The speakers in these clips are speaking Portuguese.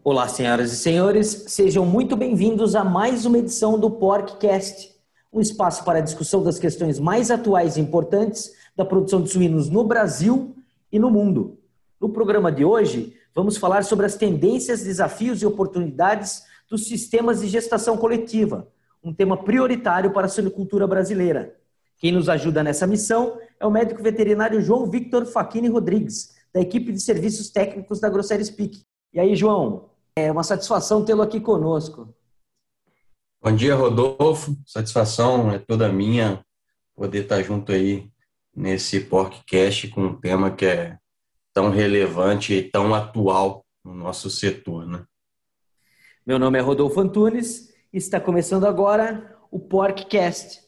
Olá, senhoras e senhores, sejam muito bem-vindos a mais uma edição do Porccast, um espaço para a discussão das questões mais atuais e importantes da produção de suínos no Brasil e no mundo. No programa de hoje, vamos falar sobre as tendências, desafios e oportunidades dos sistemas de gestação coletiva, um tema prioritário para a suinocultura brasileira. Quem nos ajuda nessa missão é o médico veterinário João Victor Facchini Rodrigues, da equipe de serviços técnicos da Grosseries Peak. E aí, João, é uma satisfação tê-lo aqui conosco. Bom dia, Rodolfo. Satisfação é toda minha poder estar junto aí nesse podcast com um tema que é tão relevante e tão atual no nosso setor, né? Meu nome é Rodolfo Antunes e está começando agora o Porccast.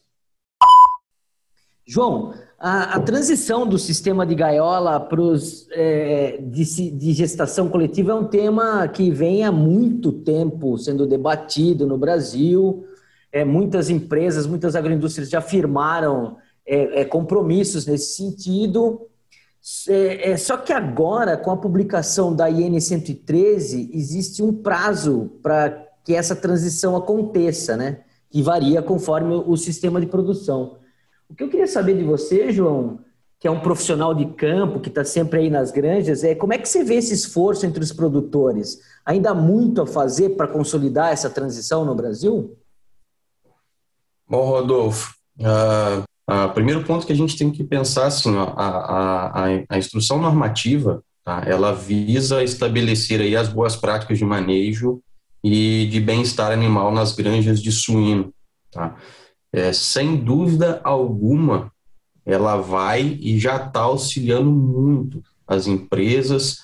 João, a transição do sistema de gaiola para os de gestação coletiva é um tema que vem há muito tempo sendo debatido no Brasil. Muitas empresas, muitas agroindústrias já firmaram compromissos nesse sentido. Só que agora, com a publicação da IN 113, existe um prazo para que essa transição aconteça, né? Que varia conforme o sistema de produção. O que eu queria saber de você, João, que é um profissional de campo, que está sempre aí nas granjas, como é que você vê esse esforço entre os produtores? Ainda há muito a fazer para consolidar essa transição no Brasil? Bom, Rodolfo, primeiro ponto que a gente tem que pensar, assim, ó, a instrução normativa, tá, ela visa estabelecer aí as boas práticas de manejo e de bem-estar animal nas granjas de suíno, tá? Sem dúvida alguma, ela vai e já está auxiliando muito as empresas,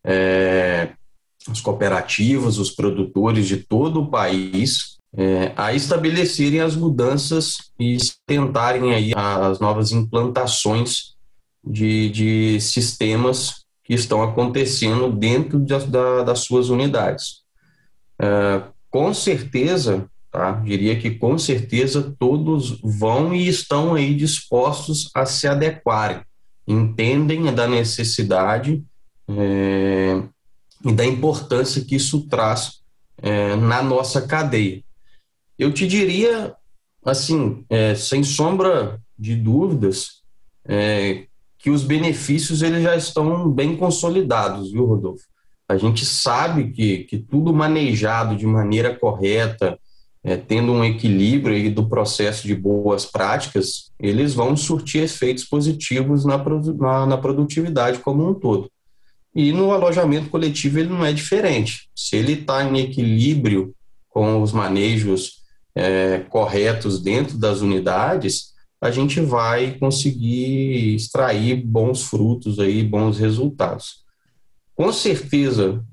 as cooperativas, os produtores de todo o país a estabelecerem as mudanças e tentarem aí as novas implantações de sistemas que estão acontecendo dentro das suas unidades. Com certeza, tá? Diria que com certeza todos vão e estão aí dispostos a se adequarem, entendem da necessidade e da importância que isso traz na nossa cadeia. Eu te diria, assim, sem sombra de dúvidas, que os benefícios eles já estão bem consolidados, viu, Rodolfo? A gente sabe que tudo manejado de maneira correta, tendo um equilíbrio aí do processo de boas práticas, eles vão surtir efeitos positivos na produtividade como um todo. E no alojamento coletivo ele não é diferente. Se ele está em equilíbrio com os manejos corretos dentro das unidades, a gente vai conseguir extrair bons frutos, aí, bons resultados. Com certeza,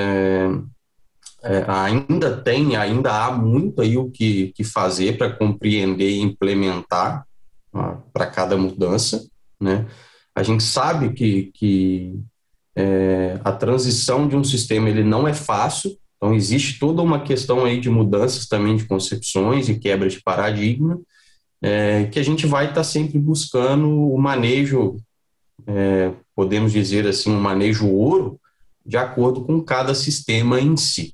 ainda há muito aí o que fazer para compreender e implementar para cada mudança, né? A gente sabe que a transição de um sistema ele não é fácil, então existe toda uma questão aí de mudanças também de concepções e quebra de paradigma, que a gente vai estar sempre buscando o manejo, podemos dizer assim, um manejo ouro, de acordo com cada sistema em si.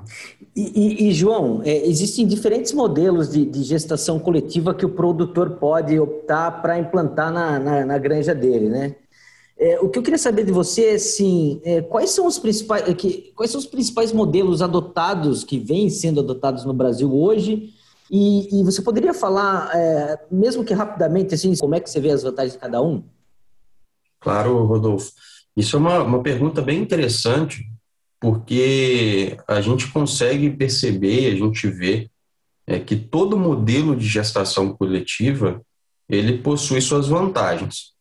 João, existem diferentes modelos de gestação coletiva que o produtor pode optar para implantar na granja dele, né? O que eu queria saber de você é, assim, quais são os principais modelos adotados, que vêm sendo adotados no Brasil hoje, e você poderia falar, mesmo que rapidamente, assim, como é que você vê as vantagens de cada um? Claro, Rodolfo. Isso é uma pergunta bem interessante, porque a gente consegue perceber, a gente vê que todo modelo de gestação coletiva, ele possui suas vantagens.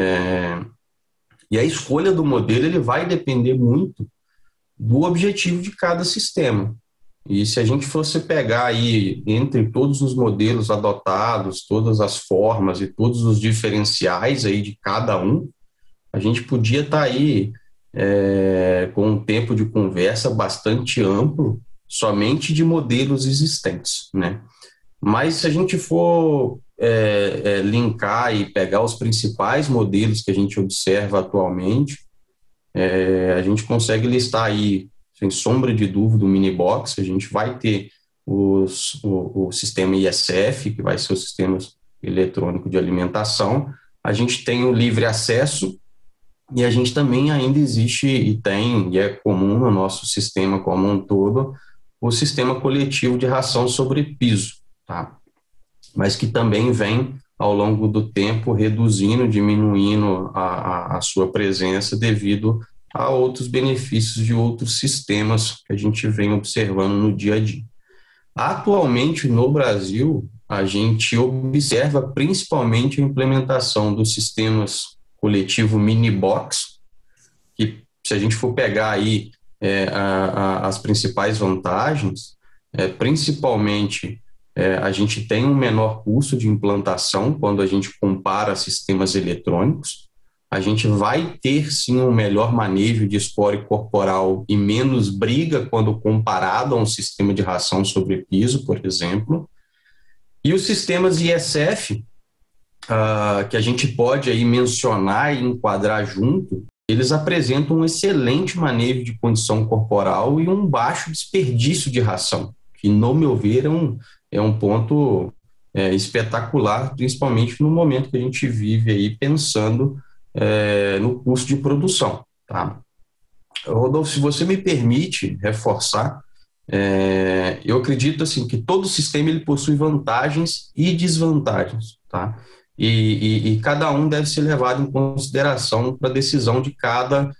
E a escolha do modelo ele vai depender muito do objetivo de cada sistema. E se a gente fosse pegar aí entre todos os modelos adotados, todas as formas e todos os diferenciais aí de cada um, a gente podia estar aí com um tempo de conversa bastante amplo, somente de modelos existentes, né? Mas se a gente for linkar e pegar os principais modelos que a gente observa atualmente, a gente consegue listar aí sem sombra de dúvida, o mini-box. A gente vai ter o sistema ISF, que vai ser o sistema eletrônico de alimentação. A gente tem o livre acesso e a gente também ainda existe e é comum no nosso sistema como um todo, o sistema coletivo de ração sobre piso, tá? Mas que também vem, ao longo do tempo, reduzindo, diminuindo a sua presença devido a outros benefícios de outros sistemas que a gente vem observando no dia a dia. Atualmente, no Brasil, a gente observa principalmente a implementação dos sistemas coletivo mini-box, que, se a gente for pegar aí as principais vantagens, principalmente a gente tem um menor custo de implantação quando a gente compara sistemas eletrônicos. A gente vai ter, sim, um melhor manejo de esporo corporal e menos briga quando comparado a um sistema de ração sobre piso, por exemplo. E os sistemas ISF, que a gente pode aí mencionar e enquadrar junto, eles apresentam um excelente manejo de condição corporal e um baixo desperdício de ração, que, no meu ver, é um ponto espetacular, principalmente no momento que a gente vive aí pensando no custo de produção. Tá? Rodolfo, se você me permite reforçar, eu acredito assim, que todo sistema ele possui vantagens e desvantagens, tá? E cada um deve ser levado em consideração para a decisão de cada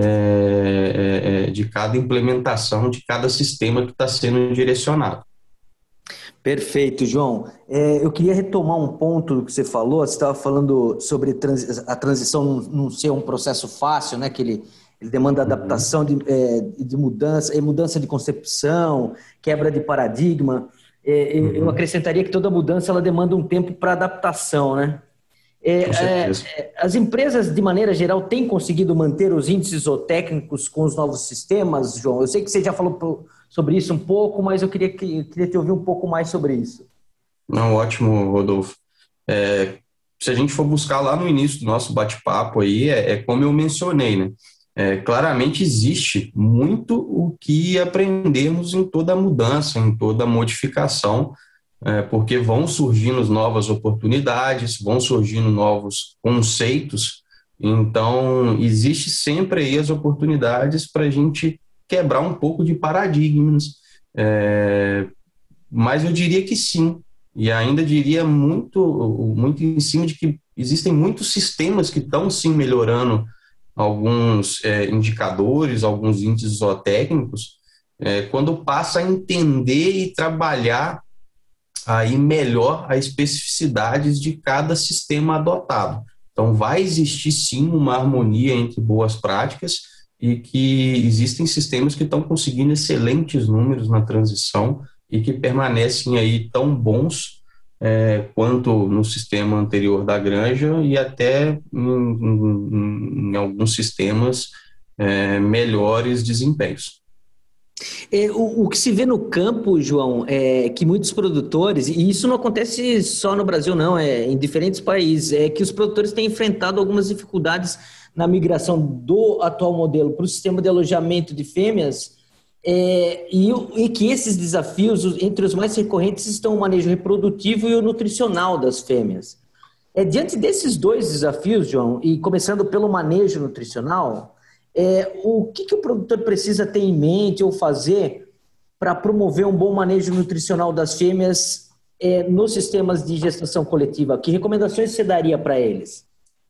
implementação, de cada sistema que está sendo direcionado. Perfeito, João. Eu queria retomar um ponto que você falou. Você estava falando sobre a transição não ser um processo fácil, né? Que ele demanda adaptação de mudança de concepção, quebra de paradigma. Eu acrescentaria que toda mudança ela demanda um tempo para adaptação, né? Com certeza. As empresas, de maneira geral, têm conseguido manter os índices zootécnicos com os novos sistemas, João? Eu sei que você já falou sobre isso um pouco, mas eu queria te ouvir um pouco mais sobre isso. Não, ótimo, Rodolfo. Se a gente for buscar lá no início do nosso bate-papo aí, como eu mencionei, né? Claramente existe muito o que aprendemos em toda mudança, em toda modificação, porque vão surgindo novas oportunidades, vão surgindo novos conceitos, então existe sempre aí as oportunidades para a gente quebrar um pouco de paradigmas, mas eu diria que sim, e ainda diria muito em cima de que existem muitos sistemas que estão sim melhorando alguns indicadores, alguns índices zootécnicos, quando passa a entender e trabalhar aí melhor as especificidades de cada sistema adotado. Então, vai existir sim uma harmonia entre boas práticas e que existem sistemas que estão conseguindo excelentes números na transição e que permanecem aí tão bons quanto no sistema anterior da granja e até em alguns sistemas melhores desempenhos. O que se vê no campo, João, é que muitos produtores, e isso não acontece só no Brasil não, em diferentes países, é que os produtores têm enfrentado algumas dificuldades na migração do atual modelo para o sistema de alojamento de fêmeas, e que esses desafios, entre os mais recorrentes, estão o manejo reprodutivo e o nutricional das fêmeas. Diante desses dois desafios, João, e começando pelo manejo nutricional, o que o produtor precisa ter em mente ou fazer para promover um bom manejo nutricional das fêmeas nos sistemas de gestação coletiva? Que recomendações você daria para eles?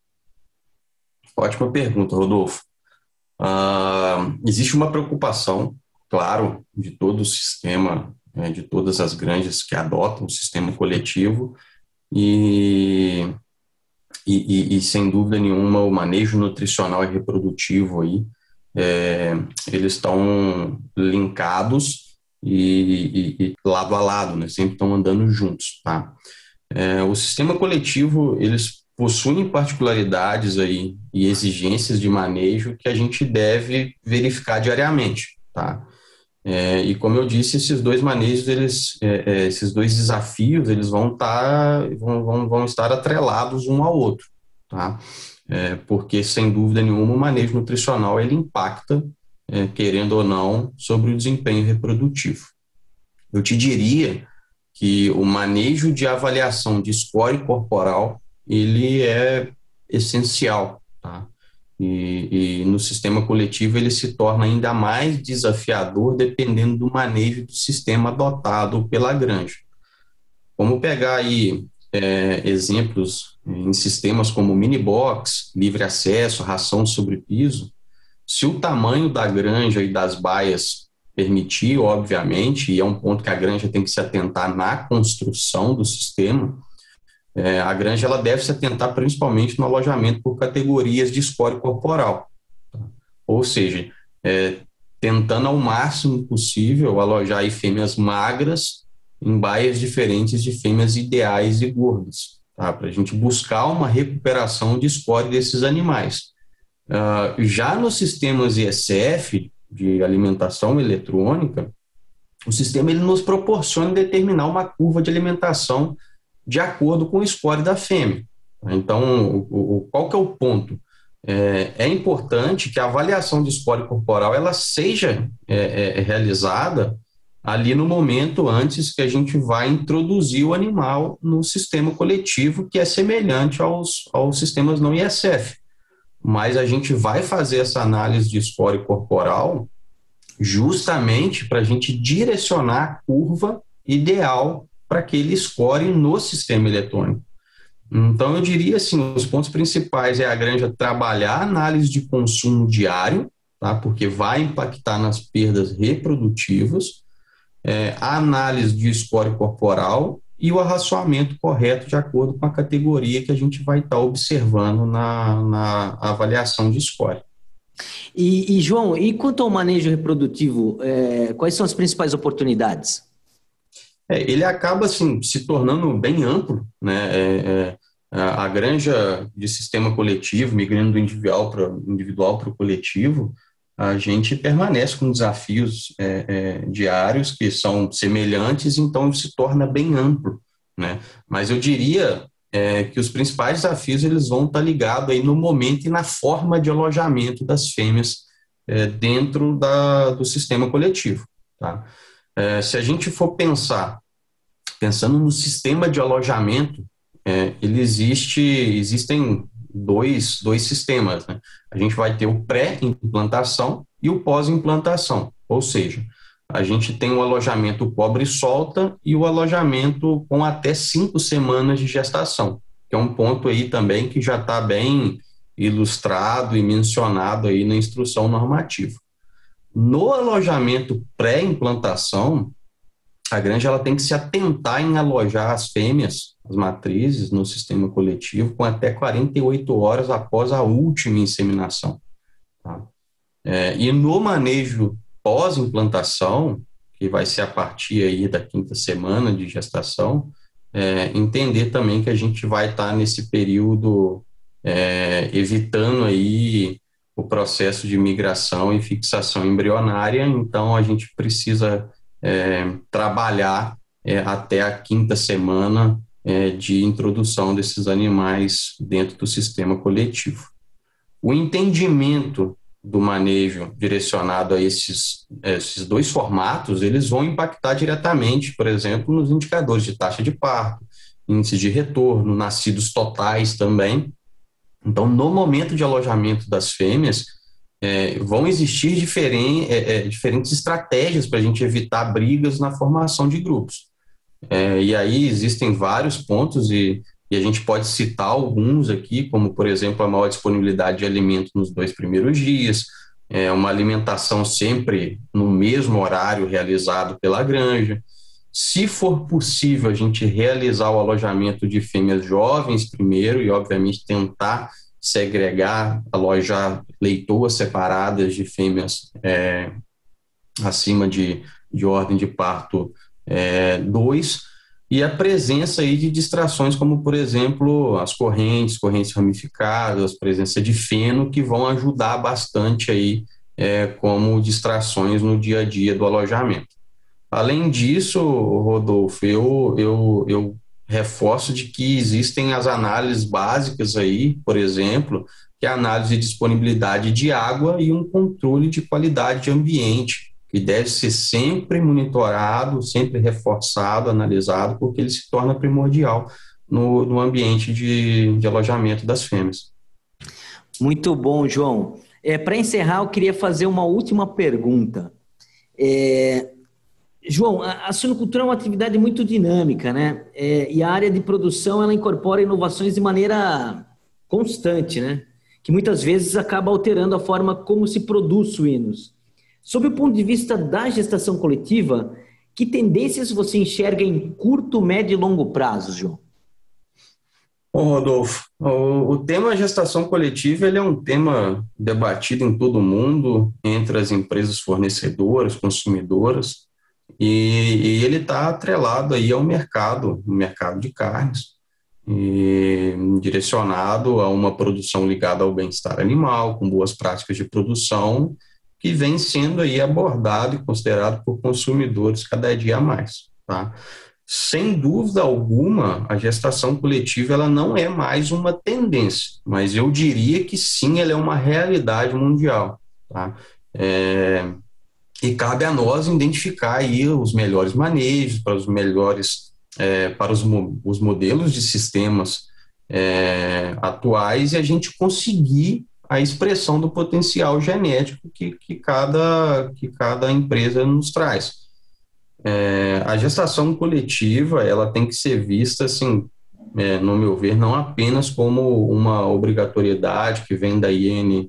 Ótima pergunta, Rodolfo. Existe uma preocupação, claro, de todo o sistema, de todas as granjas que adotam o sistema coletivo e sem dúvida nenhuma o manejo nutricional e reprodutivo aí, eles estão linkados e lado a lado, né? Sempre estão andando juntos, tá? O sistema coletivo, eles possuem particularidades aí e exigências de manejo que a gente deve verificar diariamente, tá? E como eu disse, esses dois manejos, esses dois desafios, eles vão estar atrelados um ao outro, tá? Porque, sem dúvida nenhuma, o manejo nutricional, ele impacta querendo ou não, sobre o desempenho reprodutivo. Eu te diria que o manejo de avaliação de score corporal, ele é essencial, tá? E no sistema coletivo ele se torna ainda mais desafiador dependendo do manejo do sistema adotado pela Granja. Vamos pegar aí exemplos em sistemas como mini-box, livre acesso, ração sobre piso. Se o tamanho da granja e das baias permitir, obviamente, e é um ponto que a granja tem que se atentar na construção do sistema, a granja ela deve se atentar principalmente no alojamento por categorias de score corporal. Tá? Ou seja, tentando ao máximo possível alojar aí fêmeas magras em baias diferentes de fêmeas ideais e gordas, tá? Para a gente buscar uma recuperação de score desses animais. Já nos sistemas ISF, de alimentação eletrônica, o sistema ele nos proporciona determinar uma curva de alimentação de acordo com o score da fêmea. Então, qual que é o ponto? É importante que a avaliação de score corporal ela seja realizada ali no momento antes que a gente vai introduzir o animal no sistema coletivo, que é semelhante aos sistemas não ISF. Mas a gente vai fazer essa análise de score corporal justamente para a gente direcionar a curva ideal para aquele score no sistema eletrônico. Então, eu diria assim, os pontos principais é a granja trabalhar a análise de consumo diário, tá? Porque vai impactar nas perdas reprodutivas, a análise de score corporal e o arraçoamento correto de acordo com a categoria que a gente vai estar observando na avaliação de score. E João, e quanto ao manejo reprodutivo, quais são as principais oportunidades? Ele acaba assim, se tornando bem amplo, né? A granja de sistema coletivo, migrando do individual para o coletivo, a gente permanece com desafios diários que são semelhantes, então se torna bem amplo, né? Mas eu diria que os principais desafios eles vão estar ligados aí no momento e na forma de alojamento das fêmeas dentro do sistema coletivo, tá? Se a gente for pensando no sistema de alojamento, existem dois sistemas, né? A gente vai ter o pré-implantação e o pós-implantação, ou seja, a gente tem o alojamento cobre e solta e o alojamento com até 5 semanas de gestação, que é um ponto aí também que já está bem ilustrado e mencionado aí na instrução normativa. No alojamento pré-implantação, a granja ela tem que se atentar em alojar as fêmeas, as matrizes, no sistema coletivo com até 48 horas após a última inseminação. Tá? E no manejo pós-implantação, que vai ser a partir aí da 5ª semana de gestação, entender também que a gente vai estar nesse período evitando aí o processo de migração e fixação embrionária, então a gente precisa trabalhar até a 5ª semana de introdução desses animais dentro do sistema coletivo. O entendimento do manejo direcionado a esses dois formatos, eles vão impactar diretamente, por exemplo, nos indicadores de taxa de parto, índice de retorno, nascidos totais também. Então, no momento de alojamento das fêmeas, vão existir diferentes estratégias para a gente evitar brigas na formação de grupos. E aí existem vários pontos e a gente pode citar alguns aqui, como, por exemplo, a maior disponibilidade de alimento nos 2 primeiros dias, uma alimentação sempre no mesmo horário realizado pela granja. Se for possível, a gente realizar o alojamento de fêmeas jovens primeiro e, obviamente, tentar segregar, alojar leitoas separadas de fêmeas acima de ordem de parto 2, e a presença aí de distrações como, por exemplo, as correntes ramificadas, presença de feno, que vão ajudar bastante aí como distrações no dia a dia do alojamento. Além disso, Rodolfo, eu reforço de que existem as análises básicas aí, por exemplo, que é a análise de disponibilidade de água e um controle de qualidade de ambiente, que deve ser sempre monitorado, sempre reforçado, analisado, porque ele se torna primordial no ambiente de alojamento das fêmeas. Muito bom, João. Para encerrar, eu queria fazer uma última pergunta. João, a suinocultura é uma atividade muito dinâmica, né? E a área de produção, ela incorpora inovações de maneira constante, né? Que muitas vezes acaba alterando a forma como se produz suínos. Sob o ponto de vista da gestação coletiva, que tendências você enxerga em curto, médio e longo prazo, João? Bom, Rodolfo, o tema gestação coletiva ele é um tema debatido em todo o mundo, entre as empresas fornecedoras, consumidoras, e ele está atrelado aí ao mercado, o mercado de carnes, e direcionado a uma produção ligada ao bem-estar animal, com boas práticas de produção, que vem sendo aí abordado e considerado por consumidores cada dia a mais, tá? Sem dúvida alguma, a gestação coletiva ela não é mais uma tendência, mas eu diria que sim, ela é uma realidade mundial, tá? E cabe a nós identificar aí os melhores manejos para os melhores, para os modelos de sistemas atuais e a gente conseguir a expressão do potencial genético que cada empresa nos traz. A gestação coletiva ela tem que ser vista, assim, no meu ver, não apenas como uma obrigatoriedade que vem da IN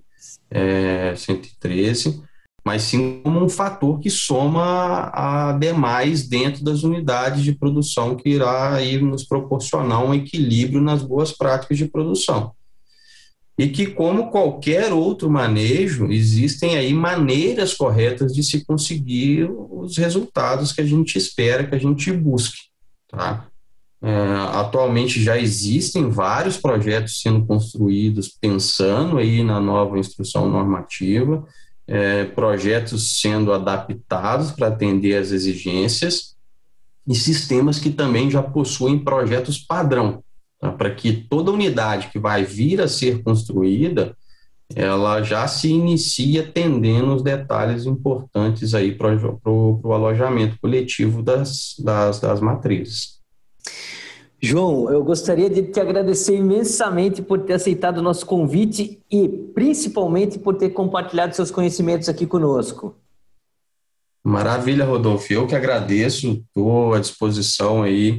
113, mas sim como um fator que soma a demais dentro das unidades de produção que irá aí nos proporcionar um equilíbrio nas boas práticas de produção. E que, como qualquer outro manejo, existem aí maneiras corretas de se conseguir os resultados que a gente espera, que a gente busque, tá? Atualmente já existem vários projetos sendo construídos pensando aí na nova instrução normativa, projetos sendo adaptados para atender às exigências e sistemas que também já possuem projetos padrão, tá? Para que toda unidade que vai vir a ser construída, ela já se inicie atendendo os detalhes importantes aí para o alojamento coletivo das matrizes. João, eu gostaria de te agradecer imensamente por ter aceitado o nosso convite e principalmente por ter compartilhado seus conhecimentos aqui conosco. Maravilha, Rodolfo. Eu que agradeço, estou à disposição aí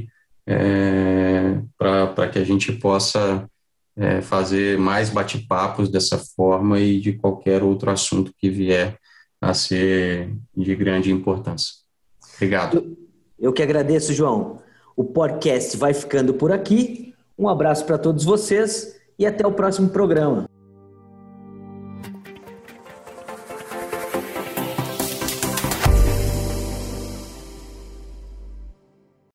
para que a gente possa fazer mais bate-papos dessa forma e de qualquer outro assunto que vier a ser de grande importância. Obrigado. Eu que agradeço, João. O podcast vai ficando por aqui. Um abraço para todos vocês e até o próximo programa.